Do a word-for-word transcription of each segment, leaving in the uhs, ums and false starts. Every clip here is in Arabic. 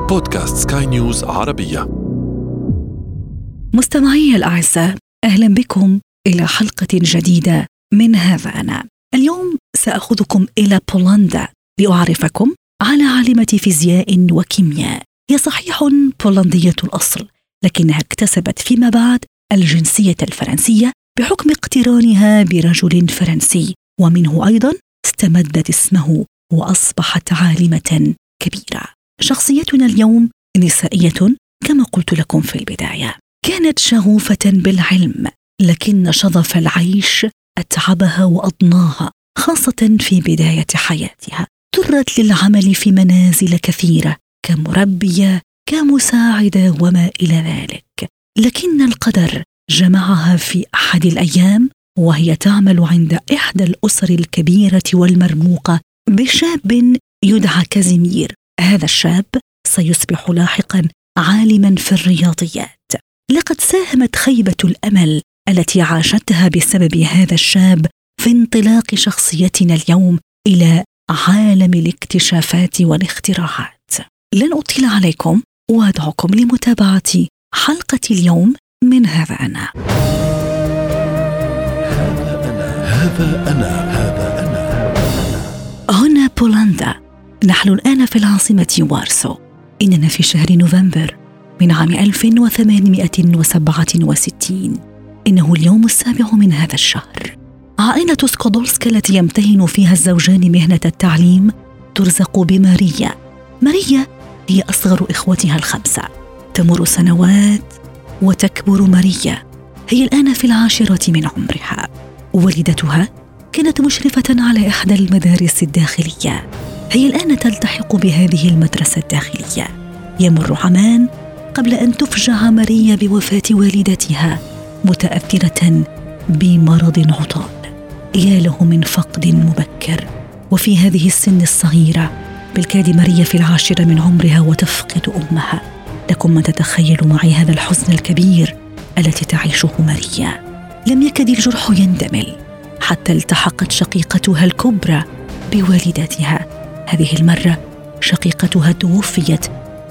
بودكاست سكاي نيوز عربية. مستمعي الأعزاء، أهلا بكم إلى حلقة جديدة من هذا أنا. اليوم سأخذكم إلى بولندا لأعرفكم على عالمة فيزياء وكيمياء. هي صحيح بولندية الأصل، لكنها اكتسبت فيما بعد الجنسية الفرنسية بحكم اقترانها برجل فرنسي، ومنه أيضا استمدت اسمه وأصبحت عالمة كبيرة. شخصيتنا اليوم نسائية كما قلت لكم في البداية. كانت شغوفة بالعلم، لكن شظف العيش أتعبها وأضناها، خاصة في بداية حياتها. اضطرت للعمل في منازل كثيرة كمربية كمساعدة وما إلى ذلك، لكن القدر جمعها في أحد الأيام وهي تعمل عند إحدى الأسر الكبيرة والمرموقة بشاب يدعى كازيمير. هذا الشاب سيصبح لاحقاً عالماً في الرياضيات. لقد ساهمت خيبة الأمل التي عاشتها بسبب هذا الشاب في انطلاق شخصيتنا اليوم إلى عالم الاكتشافات والاختراعات. لن أطيل عليكم وأدعوكم لمتابعة حلقة اليوم من هذا أنا. هذا أنا هذا أنا هنا بولندا. نحن الآن في العاصمة وارسو. إننا في شهر نوفمبر من عام ألف وثمانمائة وسبعة وستين. إنه اليوم السابع من هذا الشهر. عائلة سكودولسكا التي يمتهن فيها الزوجان مهنة التعليم ترزق بماريا. ماريا هي أصغر إخوتها الخمسة. تمر سنوات وتكبر ماريا. هي الآن في العاشرة من عمرها. والدتها كانت مشرفة على إحدى المدارس الداخلية. هي الآن تلتحق بهذه المدرسة الداخلية. يمر عامان قبل أن تفجع ماريا بوفاة والدتها متأثرة بمرض عضال. يا له من فقد مبكر، وفي هذه السن الصغيرة بالكاد ماريا في العاشرة من عمرها وتفقد أمها. لكم من تتخيل معي هذا الحزن الكبير التي تعيشه ماريا. لم يكد الجرح يندمل حتى التحقت شقيقتها الكبرى بوالدتها. هذه المرة شقيقتها توفيت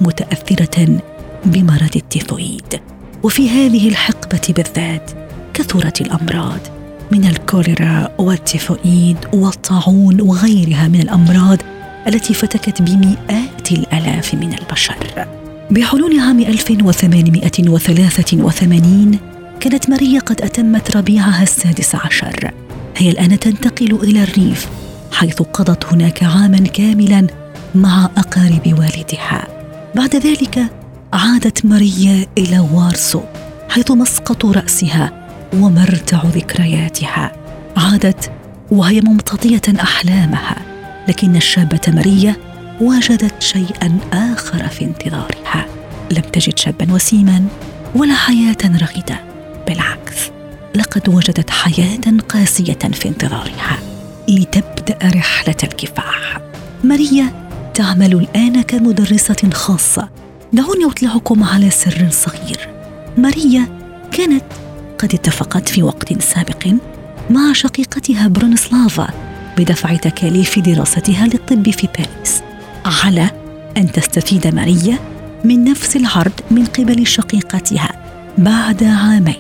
متأثرة بمرض التيفويد. وفي هذه الحقبة بالذات كثرت الأمراض من الكوليرا والتيفويد والطاعون وغيرها من الأمراض التي فتكت بمئات الآلاف من البشر. بحلول عام ألف وثمانمائة وثلاثة وثمانين كانت ماريا قد أتمت ربيعها السادس عشر. هي الآن تنتقل إلى الريف، حيث قضت هناك عاما كاملا مع أقارب والدها. بعد ذلك عادت ماريا إلى وارسو، حيث مسقط رأسها ومرتع ذكرياتها. عادت وهي ممتطية أحلامها، لكن الشابة ماريا وجدت شيئا آخر في انتظارها. لم تجد شابا وسيما ولا حياة رغدة، بالعكس لقد وجدت حياة قاسية في انتظارها لتبدأ رحلة الكفاح. ماريا تعمل الآن كمدرسة خاصة. دعوني أطلعكم على سر صغير. ماريا كانت قد اتفقت في وقت سابق مع شقيقتها برونسلافا بدفع تكاليف دراستها للطب في باريس، على أن تستفيد ماريا من نفس العرض من قبل شقيقتها بعد عامين.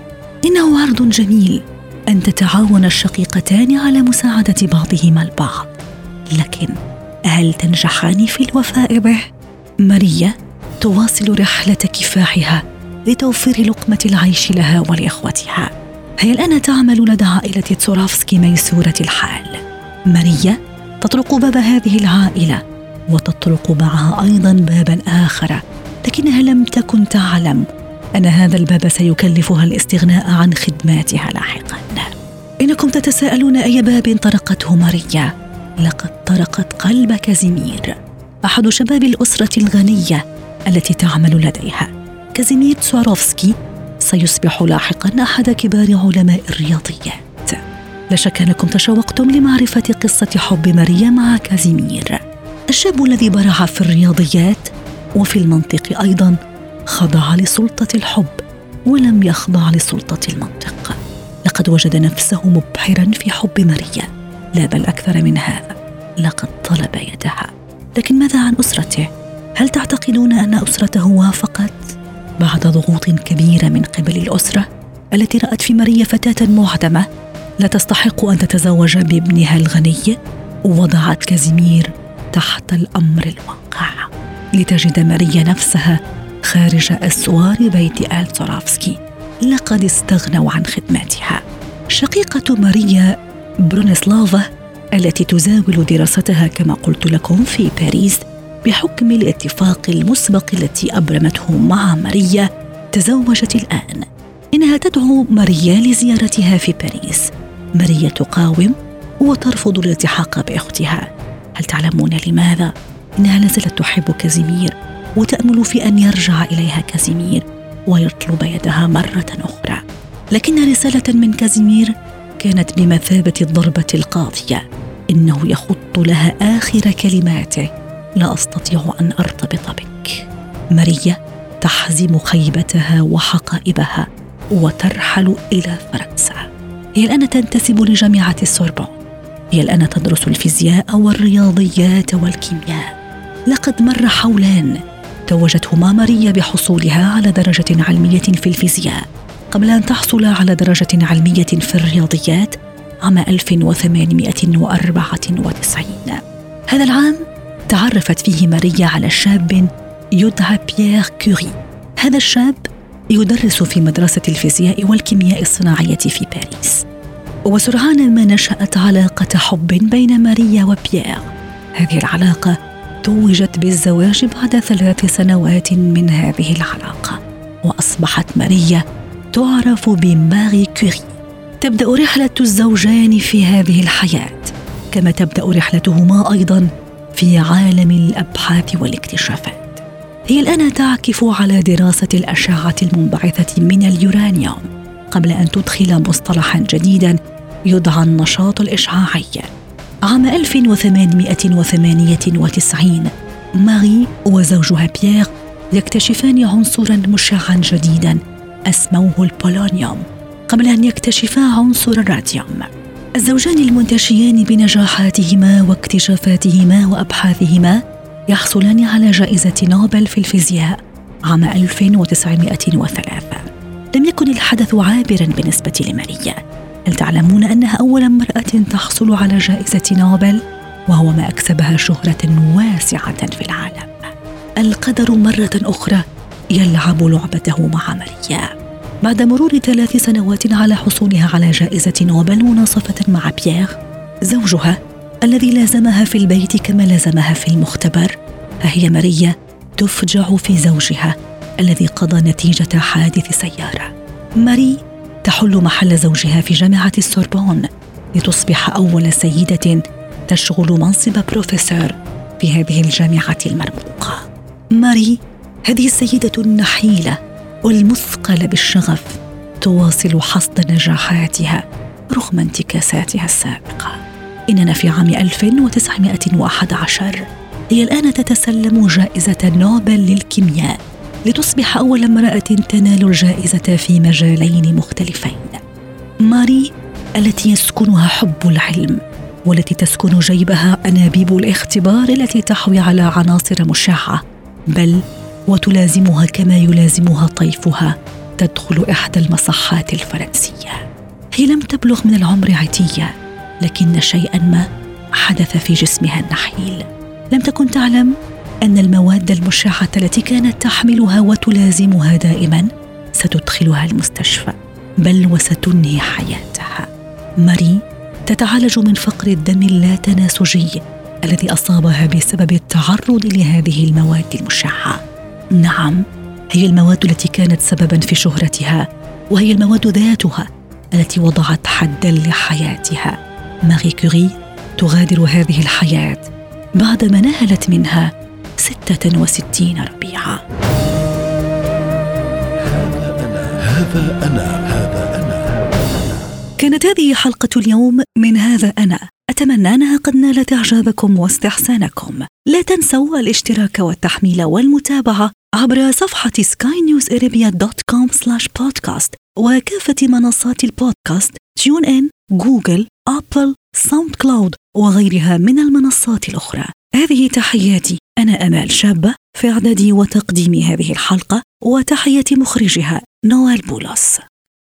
إنه عرض جميل أن تتعاون الشقيقتان على مساعدة بعضهما البعض، لكن هل تنجحان في الوفاء به؟ ماريا تواصل رحلة كفاحها لتوفير لقمة العيش لها ولإخوتها. هي الآن تعمل لدى عائلة تسورافسكي ميسورة الحال. ماريا تطرق باب هذه العائلة وتطرق معها أيضا بابا آخر، لكنها لم تكن تعلم أن هذا الباب سيكلفها الاستغناء عن خدماتها لاحقا. إنكم تتساءلون أي باب طرقته ماريا؟ لقد طرقت قلب كازيمير، أحد شباب الأسرة الغنية التي تعمل لديها. كازيمير تسواروفسكي سيصبح لاحقا أحد كبار علماء الرياضيات. لا شك أنكم تشوقتم لمعرفة قصة حب ماريا مع كازيمير، الشاب الذي برع في الرياضيات وفي المنطق أيضا. خضع لسلطة الحب ولم يخضع لسلطة المنطق. لقد وجد نفسه مبحرا في حب ماريا، لا بل أكثر من هذا، لقد طلب يدها. لكن ماذا عن أسرته؟ هل تعتقدون أن أسرته وافقت بعد ضغوط كبيرة من قبل الأسرة التي رأت في ماريا فتاة معدمة لا تستحق أن تتزوج بابنها الغني؟ وضعت كازيمير تحت الأمر الواقع لتجد ماريا نفسها خارج أسوار بيت آل سورافسكي لقد استغنوا عن خدماتها. شقيقة ماريا برونيسلافا التي تزاول دراستها كما قلت لكم في باريس بحكم الاتفاق المسبق التي أبرمته مع ماريا تزوجت الآن. إنها تدعو ماريا لزيارتها في باريس. ماريا تقاوم وترفض الالتحاق بأختها. هل تعلمون لماذا؟ إنها لازالت تحب كازيمير وتأمل في أن يرجع إليها كازيمير ويطلب يدها مرة أخرى. لكن رسالة من كازيمير كانت بمثابة الضربة القاضية. إنه يخط لها آخر كلماته: لا أستطيع أن أرتبط بك. ماريا تحزم خيبتها وحقائبها وترحل إلى فرنسا. هي الآن تنتسب لجامعة السوربون. هي الآن تدرس الفيزياء والرياضيات والكيمياء. لقد مر حولان توجتهما ماريا بحصولها على درجة علمية في الفيزياء قبل أن تحصل على درجة علمية في الرياضيات عام ألف وثمانمائة وأربعة وتسعين. هذا العام تعرفت فيه ماريا على شاب يدعى بيير كوري. هذا الشاب يدرس في مدرسة الفيزياء والكيمياء الصناعية في باريس. وسرعان ما نشأت علاقة حب بين ماريا وبيير. هذه العلاقة توجت بالزواج بعد ثلاث سنوات من هذه العلاقة، وأصبحت ماريا تعرف بماري كوري. تبدأ رحلة الزوجان في هذه الحياة كما تبدأ رحلتهما أيضاً في عالم الأبحاث والاكتشافات. هي الآن تعكف على دراسة الأشعة المنبعثة من اليورانيوم قبل أن تدخل مصطلحاً جديداً يدعى النشاط الإشعاعي. عام ألف وثمانمائة وثمانية وتسعين ماري وزوجها بيير يكتشفان عنصراً مشعاً جديداً اسموه البولونيوم قبل أن يكتشفا عنصر الراديوم. الزوجان المنتشيان بنجاحاتهما واكتشافاتهما وأبحاثهما يحصلان على جائزة نوبل في الفيزياء عام ألف وتسعمائة وثلاثة. لم يكن الحدث عابراً بالنسبة لماريا. هل تعلمون أنها أول امرأة تحصل على جائزة نوبل؟ وهو ما أكسبها شهرة واسعة في العالم. القدر مرة أخرى يلعب لعبته مع ماريا. بعد مرور ثلاث سنوات على حصولها على جائزة نوبل مناصفة مع بيير زوجها الذي لازمها في البيت كما لازمها في المختبر، ها هي ماريا تفجع في زوجها الذي قضى نتيجة حادث سيارة. ماري تحل محل زوجها في جامعة السوربون لتصبح أول سيدة تشغل منصب بروفيسور في هذه الجامعة المرموقة. ماري هذه السيدة النحيلة والمثقلة بالشغف تواصل حصد نجاحاتها رغم انتكاساتها السابقة. إننا في عام ألف وتسعمائة وأحد عشر هي الآن تتسلم جائزة نوبل للكيمياء لتصبح أول امرأة تنال الجائزة في مجالين مختلفين. ماري التي يسكنها حب العلم والتي تسكن جيبها أنابيب الاختبار التي تحوي على عناصر مشعة، بل وتلازمها كما يلازمها طيفها تدخل إحدى المصحات الفرنسية. هي لم تبلغ من العمر عتية، لكن شيئا ما حدث في جسمها النحيل. لم تكن تعلم أن المواد المشعة التي كانت تحملها وتلازمها دائما ستدخلها المستشفى، بل وستنهي حياتها. ماري تتعالج من فقر الدم اللاتناسجي الذي أصابها بسبب التعرض لهذه المواد المشعة. نعم، هي المواد التي كانت سببا في شهرتها، وهي المواد ذاتها التي وضعت حدا لحياتها. ماري كوري تغادر هذه الحياة بعدما نهلت منها ستة وستين ربيعة. هذا أنا هذا أنا كانت هذه حلقة اليوم من هذا أنا. أتمنى أنها قد نالت إعجابكم واستحسانكم. لا تنسوا الاشتراك والتحميل والمتابعة عبر صفحة سكاي نيوز أرابيا دوت كوم سلاش بودكاست وكافة منصات البودكاست تيون إن، جوجل، أبل، ساوند كلاود وغيرها من المنصات الأخرى. هذه تحياتي، أنا أمال شابة في إعداد وتقديم هذه الحلقة، وتحية مخرجها نوال بولس.